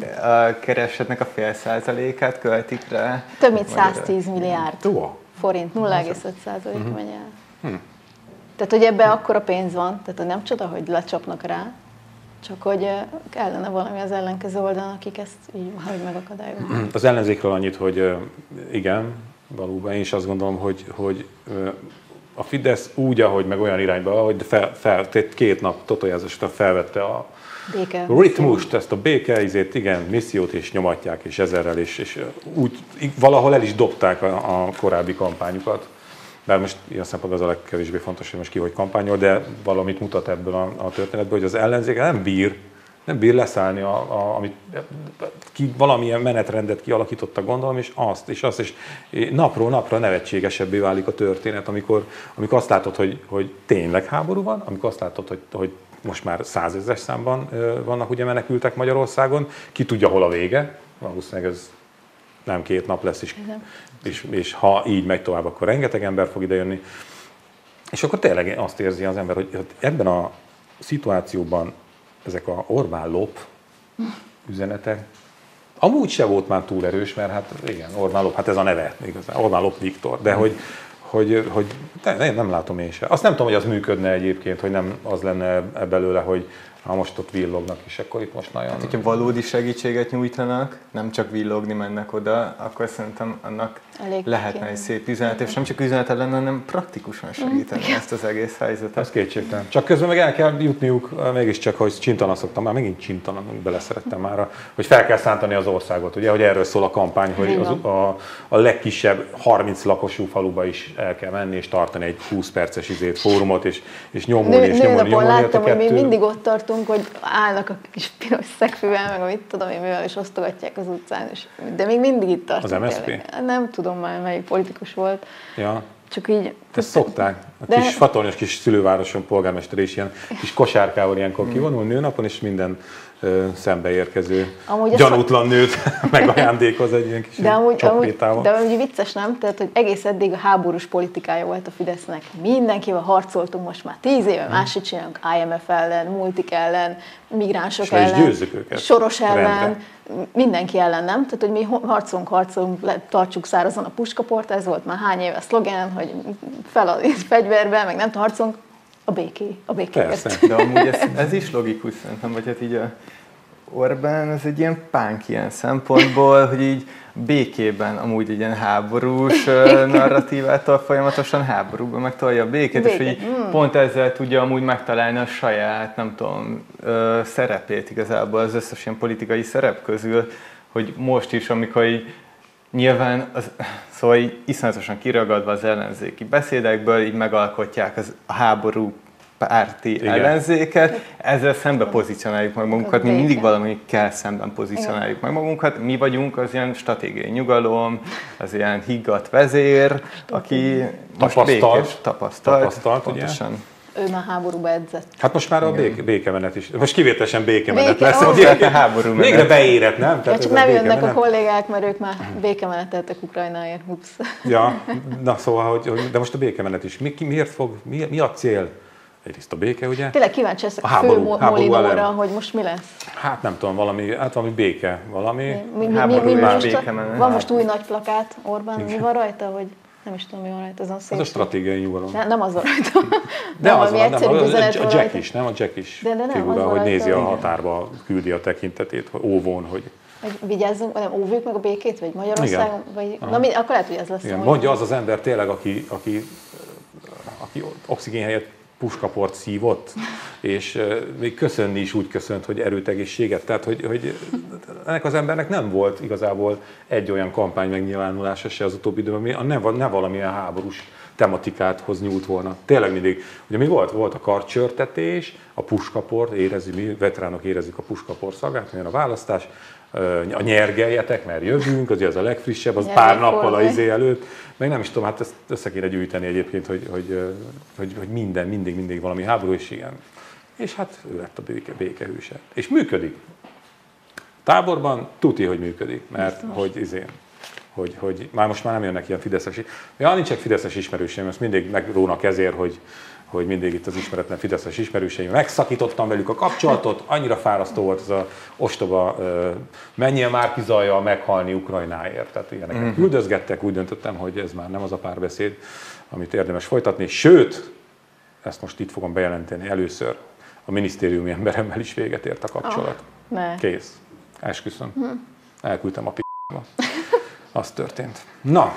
a keresetnek a fél% költik rá. Több mint 110 milliárd forint, 0,5% megy el. Tehát, hogy ebben akkora pénz van, tehát nem csoda, hogy lecsapnak rá, csak hogy kellene valami az ellenkező oldalon, akik ezt így valahogy megakadályozni. Az ellenzékről annyit, hogy igen, valóban én is azt gondolom, hogy a Fidesz úgy, ahogy meg olyan irányba, hogy két nap totojázásra felvette a ritmust, ezt a békeizét, igen, missziót is nyomatják, és ezerrel is, és úgy valahol el is dobták a korábbi kampányukat. Bár most ilyen szempontból az a legkevésbé fontos, hogy most ki hogy kampányol, de valamit mutat ebből a történetből, hogy az ellenzék nem bír leszállni, amit valamilyen menetrendet kialakítottak, gondolom, és azt, és napról napra nevetségesebbé válik a történet, amikor azt látod, hogy tényleg háború van, amikor azt látod, hogy most már 100 000-es számban vannak ugye menekültek Magyarországon, ki tudja, hol a vége, valószínűleg ez nem 2 nap lesz is. És ha így megy tovább, akkor rengeteg ember fog idejönni. És akkor tényleg azt érzi az ember, hogy ebben a szituációban ezek a Orbán lop üzenetek, amúgy se volt már túl erős, mert hát igen, Orbán lop, hát ez a neve, igazán, Orbán lop Viktor, de hogy nem látom én se. Azt nem tudom, hogy az működne egyébként, hogy nem az lenne belőle, hogy ha most ott villognak, és akkor itt most nagyon... Hát, hogyha valódi segítséget nyújtanak, nem csak villogni mennek oda, akkor szerintem annak lehetne egy szép üzenet, és nem csak üzenete lenne, hanem praktikusan segíteni ezt az egész helyzetet. Ez kétségtelen. Csak közben meg el kell jutniuk, mégiscsak, hogy csintalan szoktam, már megint csintalan beleszerettem már, hogy fel kell szántani az országot, ugye, hogy erről szól a kampány, hogy a legkisebb 30 lakosú faluba is el kell menni, és tartani egy 20 perces fórumot, és nyomulni. Láttam, hogy mi mindig ott tartunk, hogy állnak a kis piros szegfűvel, meg mit tudom én mivel, és osztogatják az utcán, de még mindig itt tartunk. Az MSZP? Tényleg. Nem tudom már, melyik politikus volt. Ja. Csak így... Ezt szokták. A kis fatornyos kis szülővároson polgármester is ilyen kis kosárkával ilyenkor kivonul nőnapon, és minden szembeérkező gyanútlan nőt megajándékoz egy ilyen kis csoppétával. De amúgy vicces, nem? Tehát, hogy egész eddig a háborús politikája volt a Fidesznek. Mindenkivel harcoltunk most már 10 éve, máshogy csinálunk IMF ellen, multik ellen, migránsok ellen, Soros ellen, mindenki ellen, nem? Tehát, hogy mi harcolunk, tartsuk szárazon a puskaport, ez volt már hány éve szlogen, hogy fel a fegyverbe, meg nem harcolunk, a békéért. Persze, de amúgy ez is logikus szerintem, vagy hát így a Orbán az egy ilyen pánk ilyen szempontból, hogy így békében amúgy egy ilyen háborús narratívától folyamatosan háborúban megtalálja a békét, és hogy pont ezzel tudja amúgy megtalálni a saját, nem tudom, szerepét igazából az összes ilyen politikai szerep közül, hogy most is, amikor így nyilván, szóval így iszonyatosan kiragadva az ellenzéki beszédekből, így megalkotják a háború párti ellenzéket, ezzel szembe pozícionáljuk meg magunkat, mi mindig valamikkel szemben pozícionáljuk meg magunkat. Mi vagyunk az ilyen stratégiai nyugalom, az ilyen higgadt vezér, aki most békés, tapasztalt pontosan. Ő már háborúba edzett. Hát most már a békemenet is. Most kivételesen békemenet lesz. Háború menet. Végre beérett, nem? Tehát csak nem jönnek a kollégák, mert ők már békemeneteltek Ukrajnáért. Ups. Ja, na szóval, de most a békemenet is. Miért fog, mi a cél? Egyrészt a béke, ugye? Tényleg kíváncsi leszek a fő molinóra, hogy most mi lesz. Hát nem tudom, valami béke, valami. Van most új nagy plakát Orbán, mi van rajta, hogy nem is tudom, mi van rajta, azon szép. Az a stratégiai nyugalom. Nem az a rajta. De az van, a Jack is, nem a Jack is figura, hogy nézi a határba, küldi a tekintetét, óvón, hogy... Vigyázzunk, nem óvjuk meg a békét, vagy Magyarországon, vagy... Na, akkor lehet, hogy ez lesz. Igen, mondja az ember tényleg, aki oxigén helyett puskaport szívott, és még köszönni is úgy köszönt, hogy erőt, egészséget. Tehát, hogy ennek az embernek nem volt igazából egy olyan kampány megnyilvánulása se az utóbbi időben, ami ne valamilyen háborús tematikáthoz nyúlt volna. Tényleg mindig. Ugye mi volt a karcsörtetés, a puskaport, mi veteránok érezzük a puskapor szagát, milyen a választás, a nyergeljetek, mert jövünk, az a legfrissebb, az pár nappal az előtt. Meg nem is tudom, hát ezt össze kéne gyűjteni egyébként, hogy mindig valami háború, és igen. És hát ő lett a békehőse. És működik. Táborban tuti, hogy működik, mert hogy már most már nem jönnek ilyen fideszes. Ja, nincsenek fideszes ismerőseim, ezt mindig megrónak ezért, hogy mindig itt az ismeretlen fideszes ismerőseim. Megszakítottam velük a kapcsolatot, annyira fárasztó volt ez az ostoba, menjél már ki Zajjal meghalni Ukrajnáért. Tehát ilyeneket küldözgettek, úgy döntöttem, hogy ez már nem az a párbeszéd, amit érdemes folytatni. Sőt, ezt most itt fogom bejelenteni először, a minisztériumi emberemmel is véget ért a kapcsolat. Kész. Esküszöm. Elküldtem a p***ba. Az történt. Na,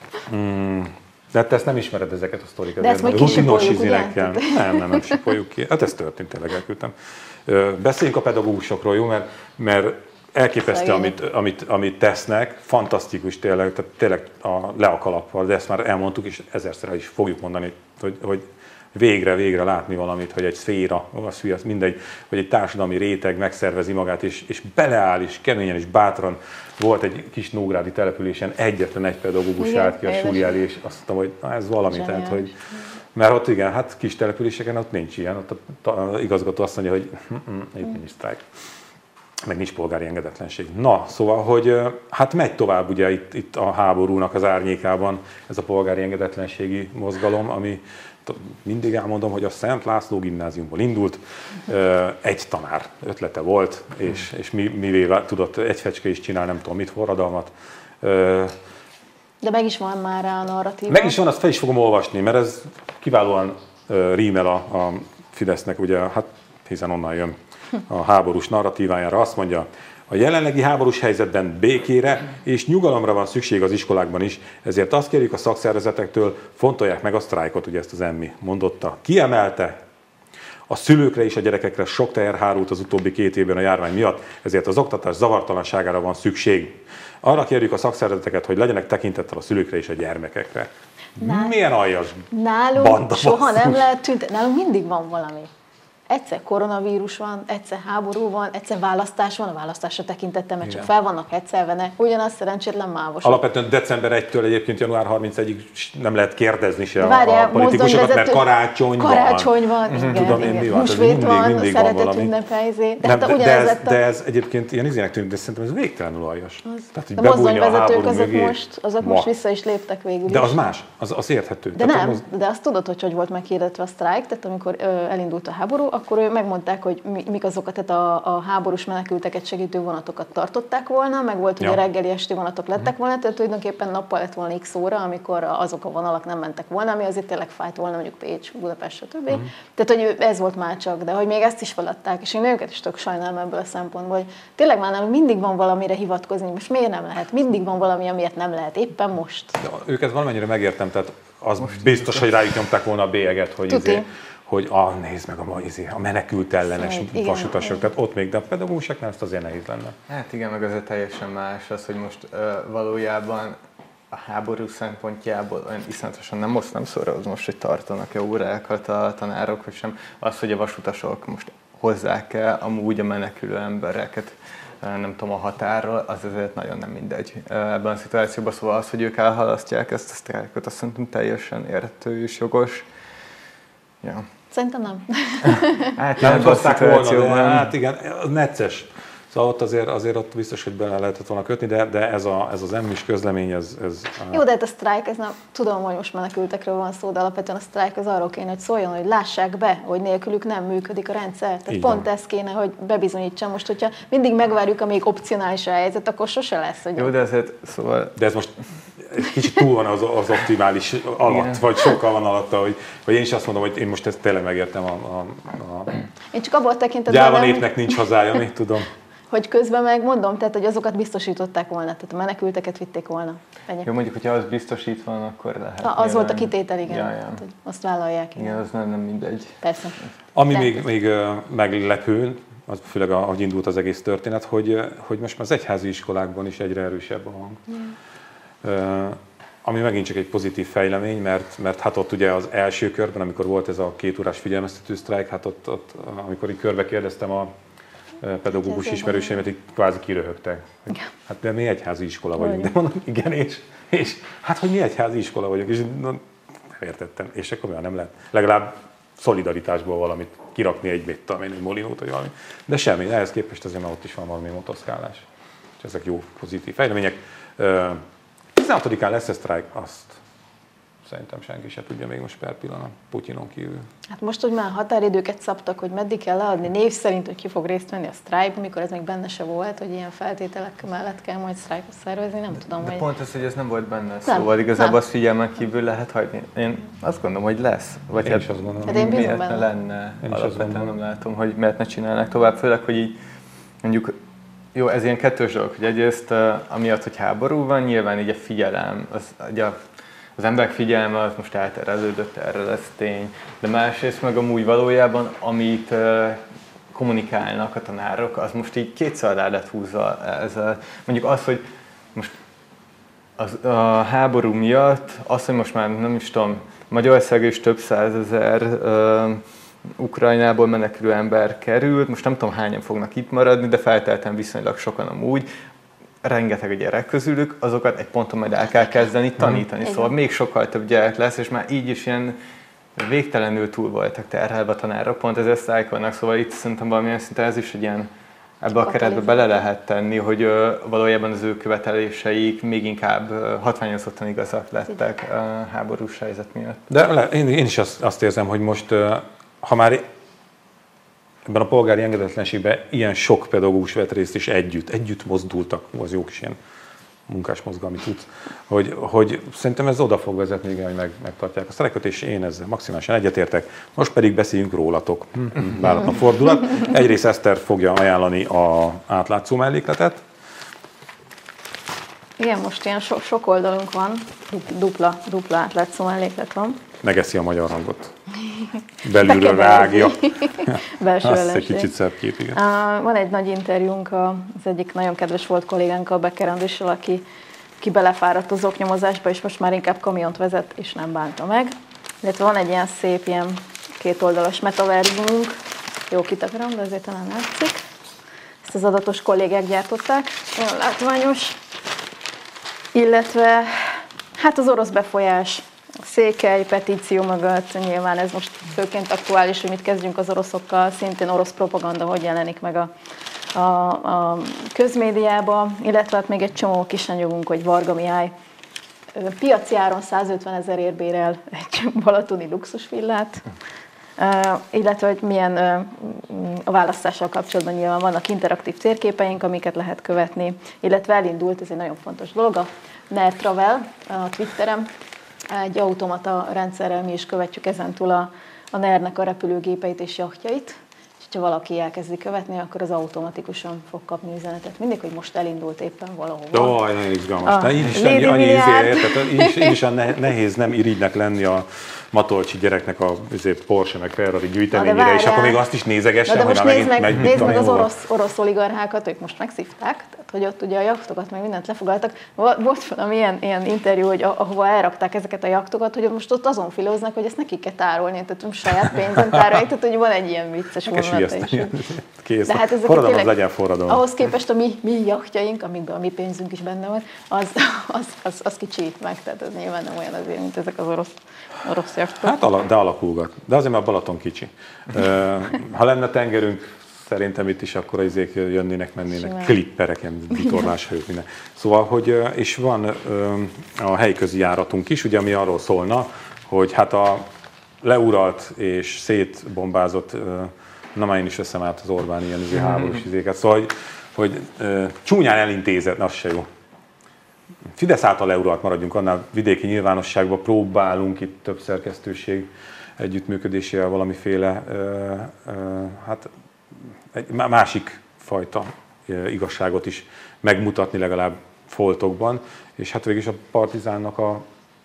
de te ezt nem ismered, ezeket a sztorikat. De ezt majd kisipoljuk, ugye? Nem sipoljuk ki. Hát ez történt, tényleg elküldtem. Beszéljünk a pedagógusokról, jó? Mert elképesztő, amit tesznek, fantasztikus tényleg, tehát tényleg le a kalappal, de ezt már elmondtuk, és ezerszer is fogjuk mondani, hogy végre látni valamit, hogy egy szféra, az mindegy, hogy egy társadalmi réteg megszervezi magát, és beleáll, és keményen és bátran. Volt egy kis nógrádi településen egyetlen egy pedagógus állt ki a súly elé, és azt mondtam, hogy na, ez valami, tehát, hogy... Mert ott igen, hát kis településeken ott nincs ilyen, ott az igazgató azt mondja, hogy itt nincs sztrájk, meg nincs polgári engedetlenség. Na, szóval, hogy hát megy tovább ugye itt a háborúnak az árnyékában ez a polgári engedetlenségi mozgalom, ami mindig elmondom, hogy a Szent László gimnáziumból indult, egy tanár ötlete volt, és mivel tudott egy fecske is csinál, nem tudom mit, forradalmat. De meg is van már rá a narratíva. Meg is van, azt fel is fogom olvasni, mert ez kiválóan rímel a Fidesznek, ugye, hát hiszen onnan jön a háborús narratívájára. Azt mondja, a jelenlegi háborús helyzetben békére és nyugalomra van szükség az iskolákban is, ezért azt kérjük a szakszervezetektől, fontolják meg a sztrájkot, ugye ezt az Emmi mondotta. Kiemelte, a szülőkre és a gyerekekre sok teher hárult az utóbbi 2 évben a járvány miatt, ezért az oktatás zavartalanságára van szükség. Arra kérjük a szakszervezeteket, hogy legyenek tekintettel a szülőkre és a gyermekekre. Milyen aljas nálunk soha nem lehet tüntetni, nálunk mindig van valami. Egyszer koronavírus van, egyszer háború van, egyszer választás van, a választásra tekintettem, mert csak fel vannak hetszelvene, ugyanaz szerencsétlen mávos. Alapvetően december 1-től egyébként január 31-ig nem lehet kérdezni se a politikusokat, mert karácsony van. Igen, tudom én, mi van, húsvét van, szeretet ünnepelzé. De ez egyébként ilyen izének tűnik, de szerintem ez végtelenül aljas. A mozdonyvezetők azok most vissza is léptek végül is. De az más, az érthető. De nem, de azt tudod, hogy volt meghirdetve a sztrájk, tehát amikor elindult a háború, akkor ő megmondták, hogy mik azokat, tehát a háborús menekülteket segítő vonatokat tartották volna, meg volt, hogy a reggeli esti vonatok lettek volna, tehát tulajdonképpen nappal lett volna x óra, amikor azok a vonalak nem mentek volna, ami azért tényleg fájt volna, mondjuk Pécs, Budapest, stb. Tehát, hogy ez volt már csak, de hogy még ezt is feladták, és én őket is tök sajnálom ebből a szempontból, hogy tényleg már nem mindig van valamire hivatkozni, most miért nem lehet? Mindig van valami, amiért nem lehet, éppen most. De őket valamennyire megértem, tehát az most biztos, hogy rájuk nyomták volna a bélyeget, hogy nézd meg a menekült ellenes vasutasok, tehát ott még, de a pedagógusoknál ezt azért nehéz lenne. Hát igen, meg azért teljesen más az, hogy most valójában a háború szempontjából olyan iszonyatosan nem szórakoz most, hogy tartanak-e órákat a tanárok, vagy sem. Az, hogy a vasutasok most hozzák-e amúgy a menekülő embereket, nem tudom, a határról, az azért nagyon nem mindegy ebben a szituációban. Szóval az, hogy ők elhalasztják ezt a sztrájkot, azt szerintem teljesen érthető és jogos. Ja. Szerintem nem. Hát nem hozták volna, de hát igen, necces. Szóval ott azért ott biztos, hogy bele lehetett volna kötni, de ez az M-is közlemény, ez... Jó, de hát a sztrájk, ez nem, tudom, hogy most menekültekről van szó, de alapvetően a sztrájk az arról kéne, hogy szóljon, hogy lássák be, hogy nélkülük nem működik a rendszer. Tehát így pont ez kéne, hogy bebizonyítsam. Most, hogyha mindig megvárjuk, amíg opcionális a helyzet, akkor sose lesz. Hogy jó, de ezért szóval... De ez most kicsit túl van az optimális alatt, igen. Vagy sokkal van alatta, hogy én is azt mondom, hogy én most ezt tényleg megértem Én csak abból tekintetben... Gyáva népnek nincs hazája, mit tudom. Hogy közben megmondom, tehát hogy azokat biztosították volna, tehát a menekülteket vitték volna. Ennyi. Jó, mondjuk, hogyha az biztosítva van, akkor lehet. Az volt a kitétel, igen. Ja. Tehát, hogy azt vállalják. Igen, az nem mindegy. Persze. Ami még meglepő, az főleg ahogy indult az egész történet, hogy most már az egyházi iskolákban is egyre erősebb a hang. Ami megint csak egy pozitív fejlemény, mert hát ott ugye az első körben, amikor volt ez a 2 órás figyelmeztető sztrájk, hát ott amikor így körbe kérdeztem a pedagógus ismerőseimet, így kvázi kiröhögtek. Hát de mi egyházi iskola vagyunk, de mondom, igen, és hát hogy mi egyházi iskola vagyunk, és nem értettem, és akkor nem lehet. Legalább szolidaritásból valamit kirakni egy molinót, vagy valami. De semmi, ehhez képest azért már ott is van valami motoszkálás. És ezek jó, pozitív fejlemények. 16-án lesz a sztrájk, azt szerintem senki se tudja még most per pillanat, Putyinon kívül. Hát most, hogy már határidőket szabtak, hogy meddig kell leadni, név szerint, hogy ki fog részt venni a sztrájkban, mikor ez még benne se volt, hogy ilyen feltételek mellett kell majd sztrájkot szervezni, nem tudom. De pont az, hogy ez nem volt benne, szóval igazából azt figyelmen kívül lehet hagyni. Én azt gondolom, hogy lesz. Vagy én is azt gondolom. Hát én miért ne lenne? Alapvetően nem látom, hogy miért ne csinálnak tovább, főleg, hogy így mondjuk jó, ez ilyen kettős dolog, hogy egyrészt amiatt, hogy háború van, nyilván így a figyelem, az emberek figyelme az most elterelődött, erre lesz tény, de másrészt meg amúgy valójában, amit kommunikálnak a tanárok, az most így kétszer rá lett húzva ezzel. Mondjuk az, hogy most a háború miatt, az, hogy most már nem is tudom, Magyarországon is több százezer Ukrajnából menekülő ember került, most nem tudom hányan fognak itt maradni, de feltétlenül viszonylag sokan amúgy, rengeteg a gyerek közülük, azokat egy ponton majd el kell kezdeni tanítani, szóval még sokkal több gyerek lesz, és már így is ilyen végtelenül túl voltak terhelve a tanárok, pont ezért sztrájkolnak, szóval itt szerintem valamilyen szinten ez is egy ilyen, ebbe a keretbe bele lehet tenni, hogy valójában az ő követeléseik még inkább hatványozottan igazak lettek a háborús helyzet miatt. De én is azt érzem, hogy most, ha már ebben a polgári engedetlenségben ilyen sok pedagógus vett részt, és együtt mozdultak, az jó kis ilyen munkásmozgalmi tudsz, hogy szerintem ez oda fog vezetni, igen, hogy megtartják a sztrájkot, és én ezzel maximálisan egyetértek. Most pedig beszéljünk rólatok. Váratlan fordulat. Egyrészt Eszter fogja ajánlani az átlátszó mellékletet. Igen, most ilyen sok oldalunk van, dupla átlátszó melléklet van. Megeszi a magyar hangot. Belülről rágja. Belső azt egy kicsit szebb kép, igen. Van egy nagy interjúnk az egyik nagyon kedves volt kollégánkkal, Becker Andrissal, aki belefáradt az oknyomozásba, és most már inkább kamiont vezet, és nem bánta meg. Illetve van egy ilyen szép, ilyen 2 oldalas metaverzumunk. Jó kitakarom, de azért talán látszik. Ezt az adatos kollégák gyártották. Nagyon látványos. Illetve hát az orosz befolyás, a székely petíció mögött, nyilván ez most főként aktuális, hogy mit kezdjünk az oroszokkal, szintén orosz propaganda, hogy jelenik meg a közmédiába, illetve hát még egy csomó kis anyagunk, hogy Varga Mihály piaci áron 150 000 bérél egy balatoni luxusvillát, illetve hogy milyen a választással kapcsolatban nyilván vannak interaktív térképeink, amiket lehet követni, illetve elindult, ez egy nagyon fontos dolog, a NER Travel a Twitteren, egy automata rendszerrel mi is követjük ezentúl a NER-nek a repülőgépeit és jachtjait, és ha valaki elkezdi követni, akkor az automatikusan fog kapni üzenetet. Mindig, hogy most elindult éppen valahova. Nagyon izgalmas. Én is nehéz nem irigynek lenni a matolcsi gyereknek a Porsche meg Ferrari gyűjteményére, és akkor még azt is nézegesse, hogy nézd meg az orosz oligarchákat, ők most megszívták, tehát hogy ott ugye a jachtokat meg mindent lefoglaltak. Volt valami ilyen interjú, hogy ahova elrakták ezeket a jachtokat, hogy most ott azon filóznak, hogy ezt nekik kell tárolni, tehát saját pénzen tárolni, tehát hogy van egy ilyen vicces vonulata is. Kész. De hát forradalom az legyen forradalom. Ahhoz képest a mi jachtjaink, amikben a mi pénzünk is benne van, az kicsít meg, tehát ez nyilván nem olyan azért, mint ezek az orosz jachtok. Hát de alakulgat. De azért már Balaton kicsi. Ha lenne tengerünk, szerintem itt is akkor izék jönnének, mennének klipperek, ilyen vitorláshajók, minden. Szóval, hogy és van a helyközi járatunk is, ugye, ami arról szólna, hogy hát a leuralt és szétbombázott, na már én is veszem át az Orbán ilyen háborús izéket, szóval, hogy csúnyán elintézett, az se jó. Fidesz által leuralt maradjunk, annál vidéki nyilvánosságban próbálunk itt több szerkesztőség együttműködésével valamiféle hát egy másik fajta igazságot is megmutatni legalább foltokban, és hát végig is a Partizánnak a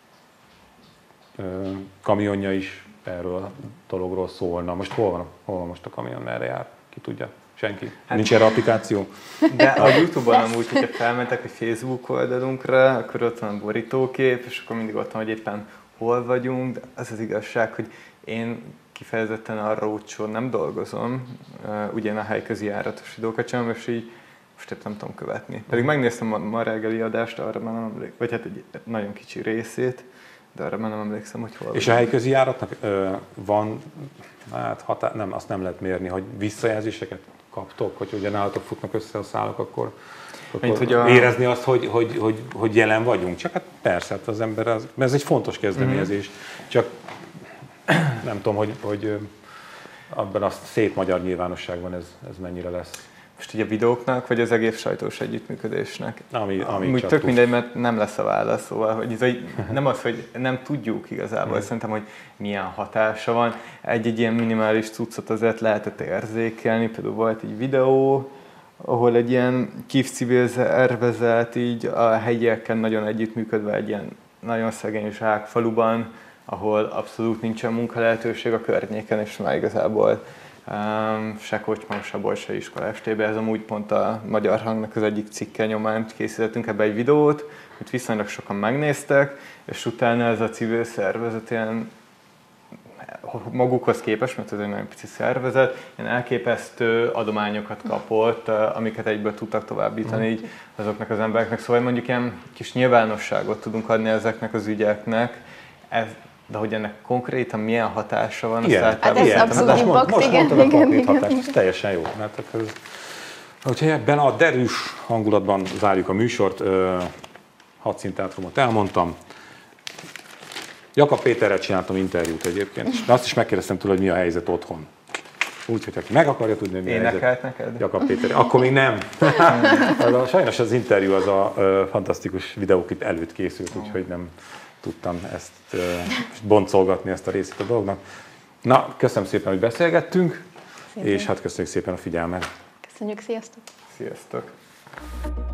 kamionja is erről a dologról szólna. Most hol van most a kamion, merre jár? Ki tudja? Senki? Hát, nincs erre applikáció? De a YouTube-on amúgy, hogyha felmentek a Facebook oldalunkra, akkor ott van a borítókép, és akkor mindig ott van, hogy éppen hol vagyunk, de az az igazság, hogy én kifejezetten a roadshow nem dolgozom, ugyan a helyközi járatos időkat sem, és így most épp nem tudom követni. Pedig megnéztem a reggeli adást, arra már nem emlékszem, vagy hát egy nagyon kicsi részét, de arra már nem emlékszem, hogy hol. És a helyközi járatnak van, hát nem, azt nem lehet mérni, hogy visszajelzéseket kaptok, hogy ugye nálatok futnak össze a szálak, akkor érezni azt, hogy jelen vagyunk. Csak hát persze, hát az ember, mert ez egy fontos kezdeményezés. Csak nem tudom, hogy abban a szép magyar nyilvánosságban ez mennyire lesz. Most ugye a videóknak, vagy az egész sajtós együttműködésnek? Ami tök mindegy, mert nem lesz a válasz, szóval hogy ez nem az, hogy nem tudjuk igazából, szerintem, hogy milyen hatása van. Egy ilyen minimális cuccot azért lehetett érzékelni, például volt egy videó, ahol egy ilyen KIF civil szervezet így a helyiekkel nagyon együttműködve egy ilyen nagyon szegény zsákfaluban, ahol abszolút nincsen munkalehetőség a környéken, és már igazából se kocsmán, se bolt, se iskolás tébe. Ez amúgy pont a Magyar Hangnak az egyik cikke nyomán készítettünk ebbe egy videót, amit viszonylag sokan megnéztek, és utána ez a civil szervezet ilyen magukhoz képest, mert ez egy nagyon pici szervezet, ilyen elképesztő adományokat kapott, amiket egyből tudtak továbbítani így azoknak az embereknek. Szóval mondjuk ilyen kis nyilvánosságot tudunk adni ezeknek az ügyeknek, de hogy ennek konkrétan milyen hatása van, igen, hát ez abszolút most mondtad a konkrét hatást, ez teljesen jó. Mert hogyha ebben a derűs hangulatban zárjuk a műsort, Hadszínteátrumot elmondtam. Jakab Péterrel csináltam interjút egyébként, de azt is megkérdeztem tőle, hogy mi a helyzet otthon. Úgyhogy aki meg akarja tudni, hogy mi a helyzet. Énekelt neked? Jakab Péter. Akkor még nem. Sajnos az interjú az a fantasztikus videóklip előtt készült, úgyhogy nem tudtam ezt boncolgatni, ezt a részét a dolognak. Na, köszönöm szépen, hogy beszélgettünk, és hát köszönjük szépen a figyelmet. Köszönjük, sziasztok! Sziasztok!